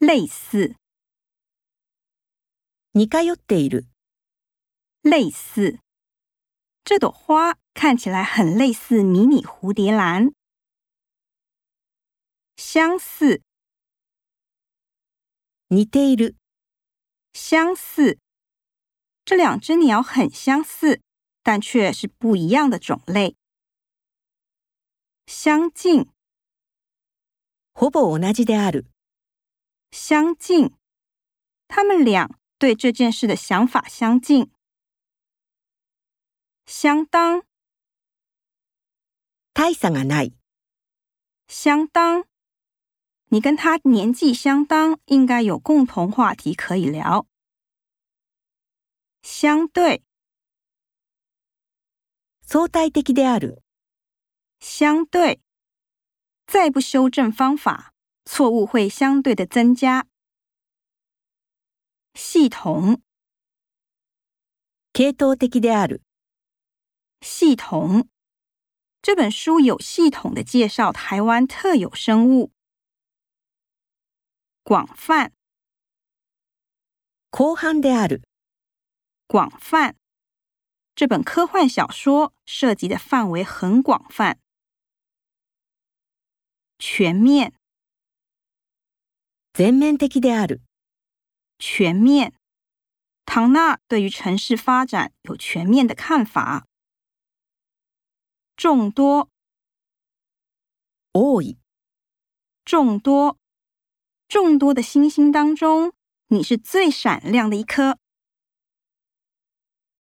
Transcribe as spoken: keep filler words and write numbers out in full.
类似， 似通っている。 类似。这朵花看起来很类似迷你蝴蝶兰。相似， 似ている。 相似。这两只鸟很相似，但却是不一样的种类。相近， ほぼ同じである。 相近。他们俩对这件事的想法相近。相当， 大差がない。 相当。你跟他年纪相当，应该有共同话题可以聊。相对， 相対的である。 相对。再不修正方法，错误会相对的增加。系统， 系統的である。 系统。这本书有系统的介绍台湾特有生物。广泛， 広範である。 广泛。这本科幻小说涉及的范围很广泛。全面， 全面的である。 全面。唐纳对于城市发展有全面的看法。众多， 多い。 众多。众多的星星当中，你是最闪亮的一颗。